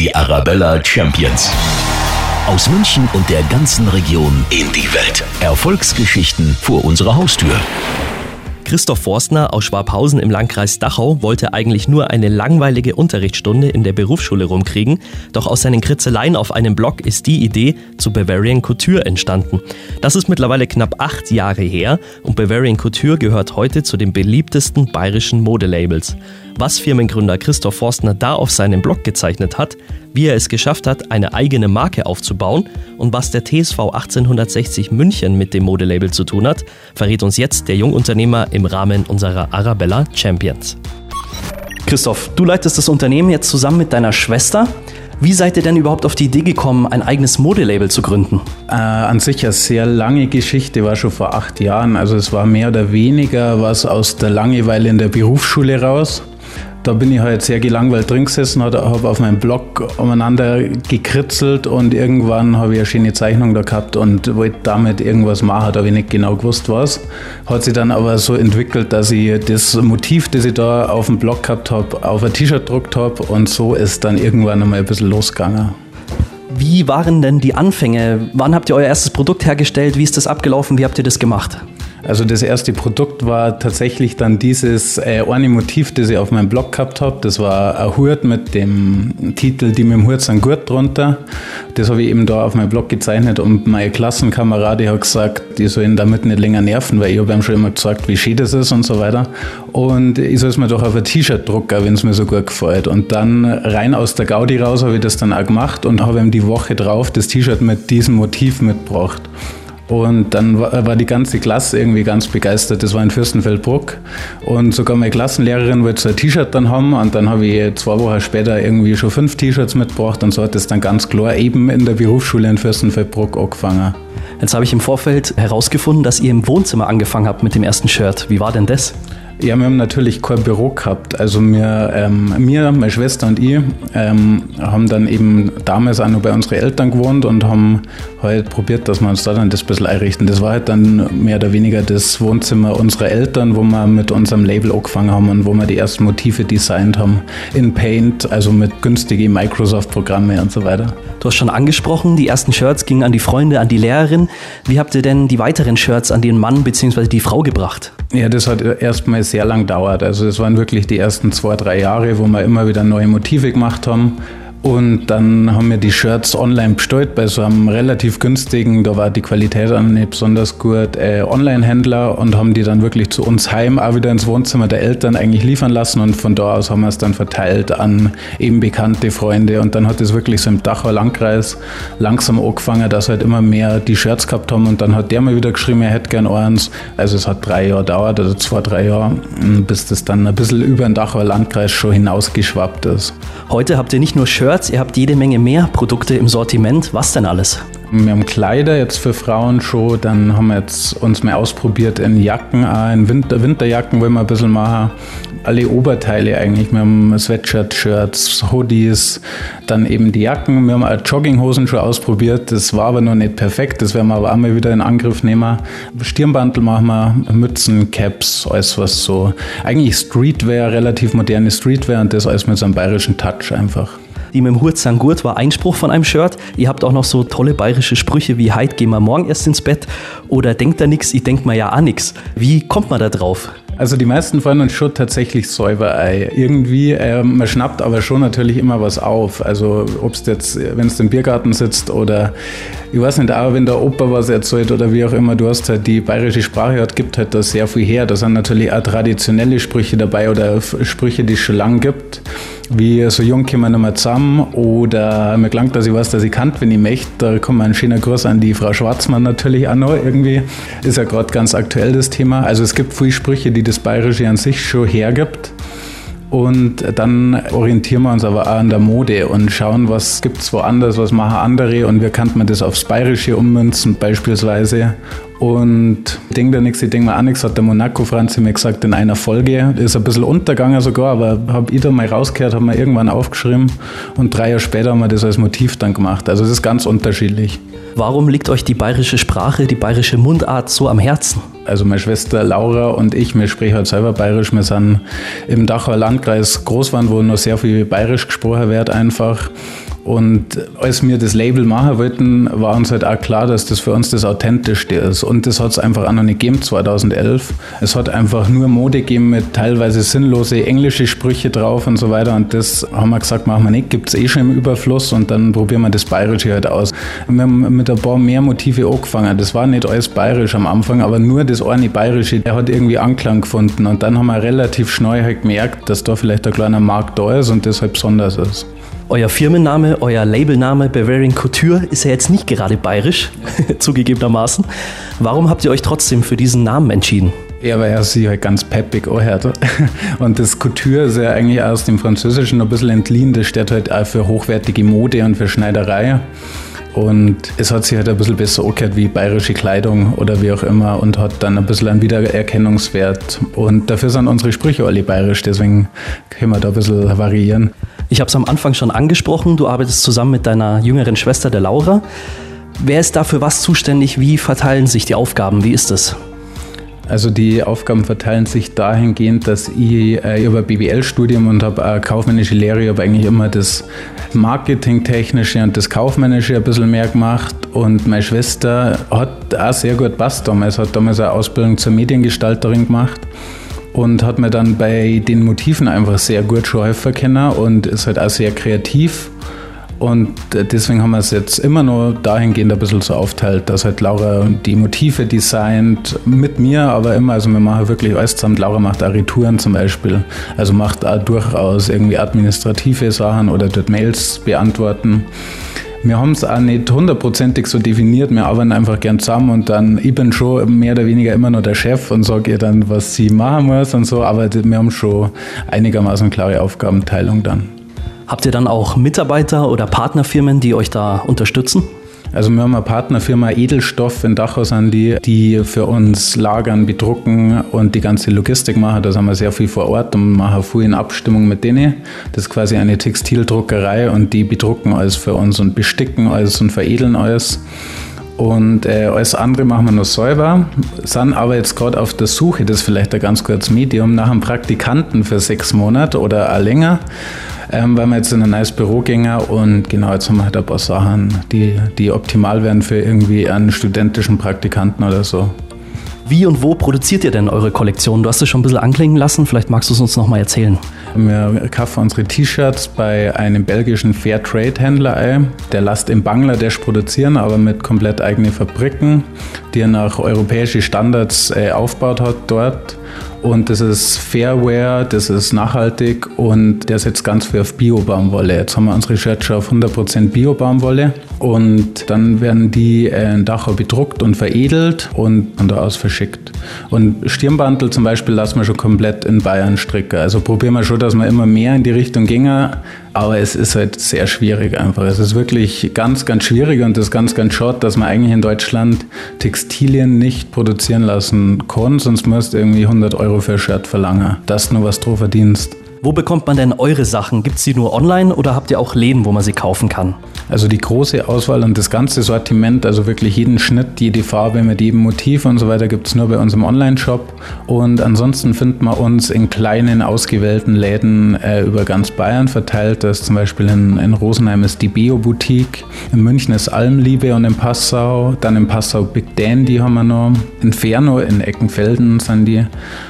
Die Arabella Champions. Aus München und der ganzen Region in die Welt. Erfolgsgeschichten vor unserer Haustür. Christoph Forstner aus Schwabhausen im Landkreis Dachau wollte eigentlich nur eine langweilige Unterrichtsstunde in der Berufsschule rumkriegen, doch aus seinen Kritzeleien auf einem Blog ist die Idee zu Bavarian Couture entstanden. Das ist mittlerweile knapp 8 Jahre her und Bavarian Couture gehört heute zu den beliebtesten bayerischen Modelabels. Was Firmengründer Christoph Forstner da auf seinem Blog gezeichnet hat, wie er es geschafft hat, eine eigene Marke aufzubauen und was der TSV 1860 München mit dem Modelabel zu tun hat, verrät uns jetzt der Jungunternehmer im Rahmen unserer Arabella Champions. Christoph, du leitest das Unternehmen jetzt zusammen mit deiner Schwester. Wie seid ihr denn überhaupt auf die Idee gekommen, ein eigenes Modelabel zu gründen? An sich eine sehr lange Geschichte, war schon vor 8 Jahren. Also es war mehr oder weniger was aus der Langeweile in der Berufsschule raus. Da bin ich halt sehr gelangweilt drin gesessen, habe auf meinem Blog umeinander gekritzelt und irgendwann habe ich eine schöne Zeichnung da gehabt und wollte damit irgendwas machen, da habe ich nicht genau gewusst was. Hat sich dann aber so entwickelt, dass ich das Motiv, das ich da auf dem Blog gehabt habe, auf ein T-Shirt gedruckt habe und so ist dann irgendwann einmal ein bisschen losgegangen. Wie waren denn die Anfänge? Wann habt ihr euer erstes Produkt hergestellt? Wie ist das abgelaufen? Wie habt ihr das gemacht? Also das erste Produkt war tatsächlich dann dieses eine Motiv, das ich auf meinem Blog gehabt habe. Das war ein Hut mit dem Titel "Die mit dem Hut sind gut" drunter. Das habe ich eben da auf meinem Blog gezeichnet und meine Klassenkamerade hat gesagt, die sollen damit nicht länger nerven, weil ich habe ihm schon immer gesagt, wie schön das ist und so weiter. Und ich soll es mir doch auf ein T-Shirt drucken, wenn es mir so gut gefällt. Und dann rein aus der Gaudi raus habe ich das dann auch gemacht und habe ihm die Woche drauf das T-Shirt mit diesem Motiv mitgebracht. Und dann war die ganze Klasse irgendwie ganz begeistert. Das war in Fürstenfeldbruck. Und sogar meine Klassenlehrerin wollte so ein T-Shirt dann haben. Und dann habe ich 2 Wochen später irgendwie schon 5 T-Shirts mitgebracht. Und so hat es dann ganz klar eben in der Berufsschule in Fürstenfeldbruck angefangen. Jetzt habe ich im Vorfeld herausgefunden, dass ihr im Wohnzimmer angefangen habt mit dem ersten Shirt. Wie war denn das? Ja, wir haben natürlich kein Büro gehabt. Also mir, meine Schwester und ich haben dann eben damals auch noch bei unseren Eltern gewohnt und haben halt probiert, dass wir uns da dann das ein bisschen einrichten. Das war halt dann mehr oder weniger das Wohnzimmer unserer Eltern, wo wir mit unserem Label angefangen haben und wo wir die ersten Motive designt haben in Paint, also mit günstigen Microsoft-Programme und so weiter. Du hast schon angesprochen, die ersten Shirts gingen an die Freunde, an die Lehrerin. Wie habt ihr denn die weiteren Shirts an den Mann bzw. die Frau gebracht? Ja, das hat erstmal sehr lang gedauert. Also das waren wirklich die ersten 2-3 Jahre, wo wir immer wieder neue Motive gemacht haben. Und dann haben wir die Shirts online bestellt bei so einem relativ günstigen, da war die Qualität auch nicht besonders gut, Online-Händler und haben die dann wirklich zu uns heim, auch wieder ins Wohnzimmer der Eltern eigentlich liefern lassen und von da aus haben wir es dann verteilt an eben bekannte Freunde und dann hat es wirklich so im Dachauer Landkreis langsam angefangen, dass halt immer mehr die Shirts gehabt haben und dann hat der mal wieder geschrieben, er hätte gern eins. Also es hat 3 Jahre gedauert, also 2-3 Jahre, bis das dann ein bisschen über den Dachauer Landkreis schon hinausgeschwappt ist. Heute habt ihr nicht nur Shirts, ihr habt jede Menge mehr Produkte im Sortiment. Was denn alles? Wir haben Kleider jetzt für Frauen schon, dann haben wir jetzt uns mal ausprobiert in Jacken, auch in Winterjacken wollen wir ein bisschen machen. Alle Oberteile eigentlich. Wir haben Sweatshirt-Shirts, Hoodies, dann eben die Jacken. Wir haben auch Jogginghosen schon ausprobiert. Das war aber noch nicht perfekt. Das werden wir aber auch mal wieder in Angriff nehmen. Stirnbandel machen wir, Mützen, Caps, alles was so. Eigentlich Streetwear, relativ moderne Streetwear und das alles mit so einem bayerischen Touch einfach. Die mit dem Hut sind gut war Einspruch von einem Shirt. Ihr habt auch noch so tolle bayerische Sprüche wie "Heit gehen wir morgen erst ins Bett" oder "Denkt da nix, ich denk mir ja auch nix". Wie kommt man da drauf? Also die meisten fallen uns schon tatsächlich selber ein. Irgendwie, man schnappt aber schon natürlich immer was auf. Also ob es jetzt, wenn es im Biergarten sitzt oder ich weiß nicht, auch wenn der Opa was erzählt oder wie auch immer, du hast halt die bayerische Sprache, hat, gibt halt da sehr viel her. Da sind natürlich auch traditionelle Sprüche dabei oder Sprüche, die es schon lange gibt. Wie "so jung kommen wir nicht mehr zusammen" oder "mir gelangt, dass ich weiß, dass ich kann, wenn ich möchte". Da kommt ein schöner Gruß an die Frau Schwarzmann natürlich auch noch irgendwie. Ist ja gerade ganz aktuell das Thema. Also es gibt viele Sprüche, die das Bayerische an sich schon hergibt. Und dann orientieren wir uns aber auch an der Mode und schauen, was gibt es woanders, was machen andere und wie kann man das aufs Bayerische ummünzen beispielsweise. Und ich denke da nichts, ich denke mir auch nichts, hat der Monaco-Franzi mir gesagt in einer Folge. Ist ein bisschen untergegangen sogar, aber habe ich da mal rausgehört, habe mir irgendwann aufgeschrieben und 3 Jahre später haben wir das als Motiv dann gemacht. Also es ist ganz unterschiedlich. Warum liegt euch die bayerische Sprache, die bayerische Mundart so am Herzen? Also meine Schwester Laura und ich, wir sprechen halt selber bayerisch. Wir sind im Dachauer Landkreis groß geworden, wo noch sehr viel bayerisch gesprochen wird einfach. Und als wir das Label machen wollten, war uns halt auch klar, dass das für uns das Authentischste ist. Und das hat es einfach auch noch nicht gegeben, 2011. Es hat einfach nur Mode gegeben mit teilweise sinnlose englische Sprüche drauf und so weiter. Und das haben wir gesagt, machen wir nicht, gibt es schon im Überfluss und dann probieren wir das Bayerische halt aus. Wir haben mit ein paar mehr Motive angefangen. Das war nicht alles bayerisch am Anfang, aber nur das eine Bayerische, der hat irgendwie Anklang gefunden. Und dann haben wir relativ schnell halt gemerkt, dass da vielleicht ein kleiner Markt da ist und deshalb besonders ist. Euer Firmenname, euer Labelname Bavarian Couture ist ja jetzt nicht gerade bayerisch, zugegebenermaßen. Warum habt ihr euch trotzdem für diesen Namen entschieden? Ja, weil er sich halt ganz peppig anhört. Und das Couture ist ja eigentlich aus dem Französischen ein bisschen entliehen. Das steht halt auch für hochwertige Mode und für Schneiderei. Und es hat sich halt ein bisschen besser angehört wie bayerische Kleidung oder wie auch immer und hat dann ein bisschen einen Wiedererkennungswert. Und dafür sind unsere Sprüche alle bayerisch, deswegen können wir da ein bisschen variieren. Ich habe es am Anfang schon angesprochen, du arbeitest zusammen mit deiner jüngeren Schwester, der Laura. Wer ist da für was zuständig? Wie verteilen sich die Aufgaben? Wie ist das? Also die Aufgaben verteilen sich dahingehend, dass ich über BWL-Studium und habe eine kaufmännische Lehre, ich habe eigentlich immer das Marketingtechnische und das Kaufmännische ein bisschen mehr gemacht und meine Schwester hat auch sehr gut gepasst damals, hat damals eine Ausbildung zur Mediengestalterin gemacht und hat mir dann bei den Motiven einfach sehr gut schon helfen können und ist halt auch sehr kreativ. Und deswegen haben wir es jetzt immer noch dahingehend ein bisschen so aufteilt, dass halt Laura die Motive designt mit mir, aber immer, also wir machen wirklich alles zusammen. Laura macht auch Retouren zum Beispiel, also macht auch durchaus irgendwie administrative Sachen oder dort Mails beantworten. Wir haben es auch nicht hundertprozentig so definiert, wir arbeiten einfach gern zusammen und dann, ich bin schon mehr oder weniger immer noch der Chef und sage ihr dann, was sie machen muss und so, aber wir haben schon einigermaßen klare Aufgabenteilung dann. Habt ihr dann auch Mitarbeiter oder Partnerfirmen, die euch da unterstützen? Also wir haben eine Partnerfirma Edelstoff in Dachau, sind die für uns lagern, bedrucken und die ganze Logistik machen. Da sind wir sehr viel vor Ort und machen viel in Abstimmung mit denen. Das ist quasi eine Textildruckerei und die bedrucken alles für uns und besticken alles und veredeln alles. Und alles andere machen wir noch selber, sind aber jetzt gerade auf der Suche, das ist vielleicht ein ganz kurzes Medium, nach einem Praktikanten für 6 Monate oder auch länger, weil wir jetzt in ein neues Büro gehen und genau, jetzt haben wir halt ein paar Sachen, die optimal wären für irgendwie einen studentischen Praktikanten oder so. Wie und wo produziert ihr denn eure Kollektion? Du hast es schon ein bisschen anklingen lassen, vielleicht magst du es uns nochmal erzählen. Wir kaufen unsere T-Shirts bei einem belgischen Fairtrade-Händler ein. Der lässt in Bangladesch produzieren, aber mit komplett eigenen Fabriken, die er nach europäischen Standards aufgebaut hat dort. Und das ist Fairwear, das ist nachhaltig und der setzt ganz viel auf Bio-Baumwolle. Jetzt haben wir unsere Shirts schon auf 100% Bio-Baumwolle und dann werden die in Dachau bedruckt und veredelt und von da aus verschickt. Und Stirnbandel zum Beispiel lassen wir schon komplett in Bayern stricken. Also probieren wir schon, dass wir immer mehr in die Richtung gingen, aber es ist halt sehr schwierig einfach. Es ist wirklich ganz, ganz schwierig und das ist ganz, ganz schade, dass man eigentlich in Deutschland Textilien nicht produzieren lassen kann, sonst musst du irgendwie 100 Euro für ein Shirt verlangen, dass du noch was drauf verdienst. Wo bekommt man denn eure Sachen? Gibt es die nur online oder habt ihr auch Läden, wo man sie kaufen kann? Also die große Auswahl und das ganze Sortiment, also wirklich jeden Schnitt, jede Farbe mit jedem Motiv und so weiter, gibt es nur bei uns im Online-Shop. Und ansonsten findet man uns in kleinen, ausgewählten Läden über ganz Bayern verteilt. Das ist zum Beispiel in Rosenheim ist die Beo-Boutique, in München ist Almliebe und in Passau, dann in Passau Big Dandy haben wir noch, in Fernow, in Eckenfelden sind die.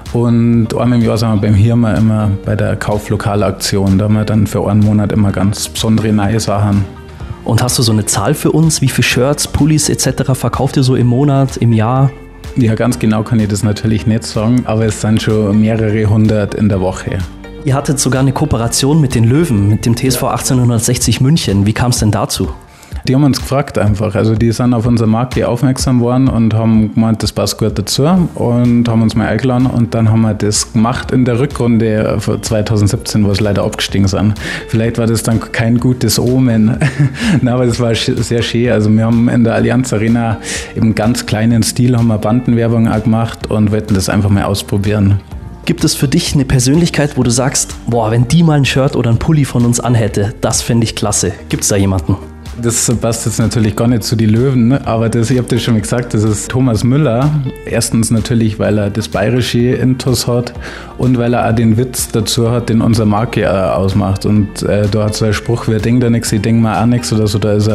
Und einmal im Jahr sind wir beim Hirma immer bei der Kauflokalaktion. Da haben wir dann für einen Monat immer ganz besondere neue Sachen. Und hast du so eine Zahl für uns? Wie viele Shirts, Pullis etc. verkauft ihr so im Monat, im Jahr? Ja, ganz genau kann ich das natürlich nicht sagen, aber es sind schon mehrere hundert in der Woche. Ihr hattet sogar eine Kooperation mit den Löwen, mit dem TSV 1860 München. Wie kam es denn dazu? Die haben uns gefragt einfach, also die sind auf unsere Marke aufmerksam worden und haben gemeint, das passt gut dazu und haben uns mal eingeladen und dann haben wir das gemacht in der Rückrunde von 2017, wo es leider abgestiegen sind. Vielleicht war das dann kein gutes Omen, aber das war sehr schön. Also wir haben in der Allianz Arena im ganz kleinen Stil haben wir Bandenwerbung auch gemacht und wollten das einfach mal ausprobieren. Gibt es für dich eine Persönlichkeit, wo du sagst, boah, wenn die mal ein Shirt oder ein Pulli von uns anhätte, das fände ich klasse. Gibt es da jemanden? Das passt jetzt natürlich gar nicht zu die Löwen, aber ich habe das schon mal gesagt, das ist Thomas Müller. Erstens natürlich, weil er das Bayerische Intus hat und weil er auch den Witz dazu hat, den unsere Marke ausmacht. Und da hat so ein Spruch, wer denkt da nichts, ich denke mal auch nichts oder so,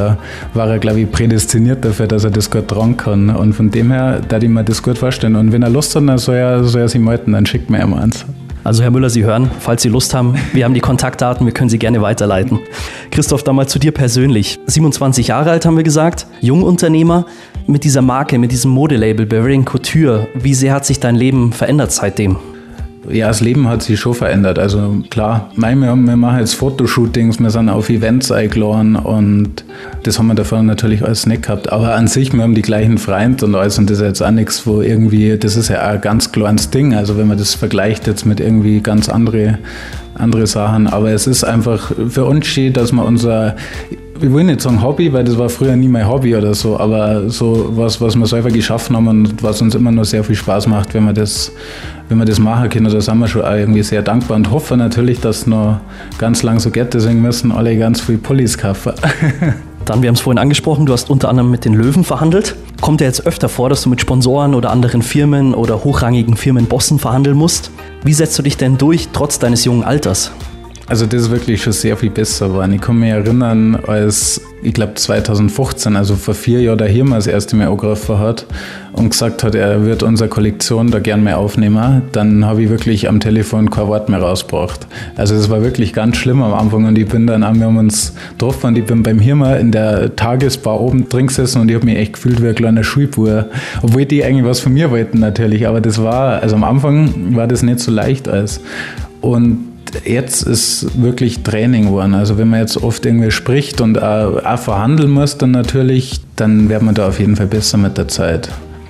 war er, glaube ich, prädestiniert dafür, dass er das gut tragen kann. Und von dem her, da ich mir das gut vorstellen. Und wenn er Lust hat, dann soll er sich melden, dann schickt mir immer eins. Also Herr Müller, Sie hören, falls Sie Lust haben, wir haben die Kontaktdaten, wir können Sie gerne weiterleiten. Christoph, dann mal zu dir persönlich. 27 Jahre alt haben wir gesagt, Jungunternehmer. Mit dieser Marke, mit diesem Modelabel Bavarian Couture, wie sehr hat sich dein Leben verändert seitdem? Ja, das Leben hat sich schon verändert. Also klar, wir machen jetzt Fotoshootings, wir sind auf Events eingeladen und das haben wir davor natürlich alles nicht gehabt. Aber an sich, wir haben die gleichen Freunde und alles und das ist jetzt auch nichts, wo irgendwie, das ist ja auch ein ganz kleines Ding. Also wenn man das vergleicht jetzt mit irgendwie ganz andere Sachen. Aber es ist einfach für uns schön, dass wir ich will nicht sagen Hobby, weil das war früher nie mein Hobby oder so, aber so was wir selber geschaffen haben und was uns immer noch sehr viel Spaß macht, wenn wir das machen können, da sind wir schon auch irgendwie sehr dankbar und hoffen natürlich, dass es noch ganz lang so geht, deswegen müssen alle ganz viel Pullis kaufen. Dann, wir haben es vorhin angesprochen, du hast unter anderem mit den Löwen verhandelt. Kommt ja jetzt öfter vor, dass du mit Sponsoren oder anderen Firmen oder hochrangigen Firmenbossen verhandeln musst. Wie setzt du dich denn durch, trotz deines jungen Alters? Also das ist wirklich schon sehr viel besser geworden. Ich kann mich erinnern, als, ich glaube 2015, also vor 4 Jahren, der Hirma das erste Mal angerufen hat und gesagt hat, er wird unsere Kollektion da gern mehr aufnehmen, dann habe ich wirklich am Telefon kein Wort mehr rausgebracht. Also das war wirklich ganz schlimm am Anfang und ich bin dann auch, wir haben uns getroffen und ich bin beim Hirma in der Tagesbar oben drin gesessen und ich habe mich echt gefühlt wie ein kleiner Schulbub, obwohl die eigentlich was von mir wollten natürlich, aber das war, also am Anfang war das nicht so leicht alles. Und jetzt ist wirklich Training geworden. Also wenn man jetzt oft irgendwie spricht und auch verhandeln muss, dann natürlich, dann wird man da auf jeden Fall besser mit der Zeit.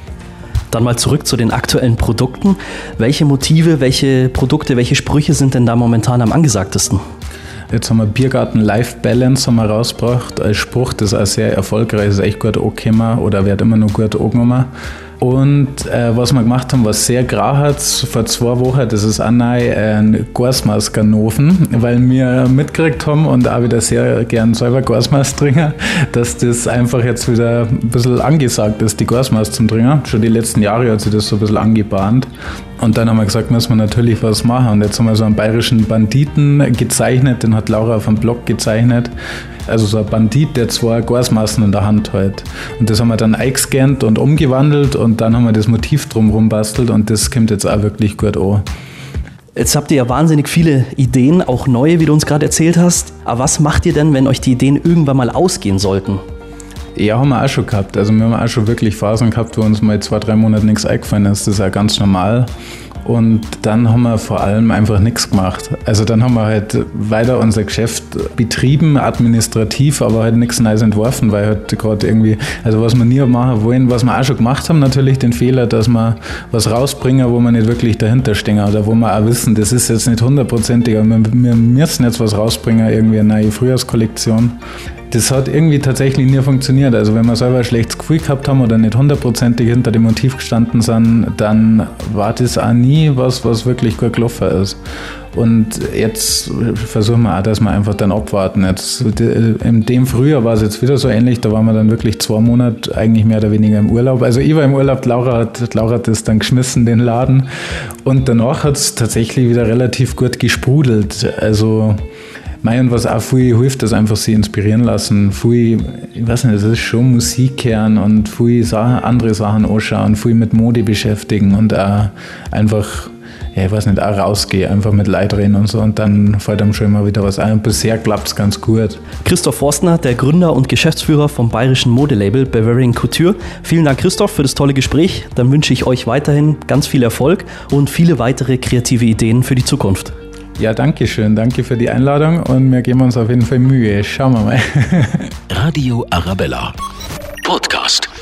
Dann mal zurück zu den aktuellen Produkten. Welche Motive, welche Produkte, welche Sprüche sind denn da momentan am angesagtesten? Jetzt haben wir Biergarten Life Balance haben wir rausgebracht als Spruch, das ist auch sehr erfolgreich, ist echt gut angekommen oder wird immer noch gut angenommen. Und was wir gemacht haben, was sehr grau hat, vor 2 Wochen, das ist auch neu ein Gasmaß-Ganoven, weil wir mitgekriegt haben und auch wieder sehr gern selber Gasmaß trinken, dass das einfach jetzt wieder ein bisschen angesagt ist, die Gasmaß zum Trinken. Schon die letzten Jahre hat sich das so ein bisschen angebahnt. Und dann haben wir gesagt, müssen wir natürlich was machen. Und jetzt haben wir so einen bayerischen Banditen gezeichnet, den hat Laura auf dem Blog gezeichnet. Also so ein Bandit, der 2 Gasmaßen in der Hand hält. Und das haben wir dann eingescannt und umgewandelt und dann haben wir das Motiv drumherum bastelt und das kommt jetzt auch wirklich gut an. Jetzt habt ihr ja wahnsinnig viele Ideen, auch neue, wie du uns gerade erzählt hast. Aber was macht ihr denn, wenn euch die Ideen irgendwann mal ausgehen sollten? Ja, haben wir auch schon gehabt. Also wir haben auch schon wirklich Phasen gehabt, wo uns mal 2-3 Monate nichts eingefallen ist. Das ist ja ganz normal. Und dann haben wir vor allem einfach nichts gemacht. Also dann haben wir halt weiter unser Geschäft betrieben, administrativ, aber halt nichts Neues entworfen, weil halt gerade irgendwie, also was wir nie machen wollen, was wir auch schon gemacht haben, natürlich den Fehler, dass wir was rausbringen, wo wir nicht wirklich dahinter stehen oder wo wir auch wissen, das ist jetzt nicht 100%ig, aber wir müssen jetzt was rausbringen, irgendwie eine neue Frühjahrskollektion. Das hat irgendwie tatsächlich nie funktioniert. Also wenn wir selber ein schlechtes Gefühl gehabt haben oder nicht 100%ig hinter dem Motiv gestanden sind, dann war das auch nie was wirklich gut gelaufen ist. Und jetzt versuchen wir auch, dass wir einfach dann abwarten. Jetzt, in dem Frühjahr war es jetzt wieder so ähnlich, da waren wir dann wirklich 2 Monate eigentlich mehr oder weniger im Urlaub. Also ich war im Urlaub, Laura hat das dann geschmissen, den Laden. Und danach hat es tatsächlich wieder relativ gut gesprudelt. Also und was auch viel hilft, ist einfach sie inspirieren lassen. Viel, ich weiß nicht, das ist schon Musik hören und viel andere Sachen anschauen, viel mit Mode beschäftigen und auch einfach, ja, ich weiß nicht, auch rausgehen, einfach mit Leuten reden und so und dann fällt einem schon immer wieder was ein. Und bisher klappt es ganz gut. Christoph Forstner, der Gründer und Geschäftsführer vom bayerischen Modelabel Bavarian Couture. Vielen Dank, Christoph, für das tolle Gespräch. Dann wünsche ich euch weiterhin ganz viel Erfolg und viele weitere kreative Ideen für die Zukunft. Ja, danke schön. Danke für die Einladung und wir geben uns auf jeden Fall Mühe. Schauen wir mal. Radio Arabella Podcast.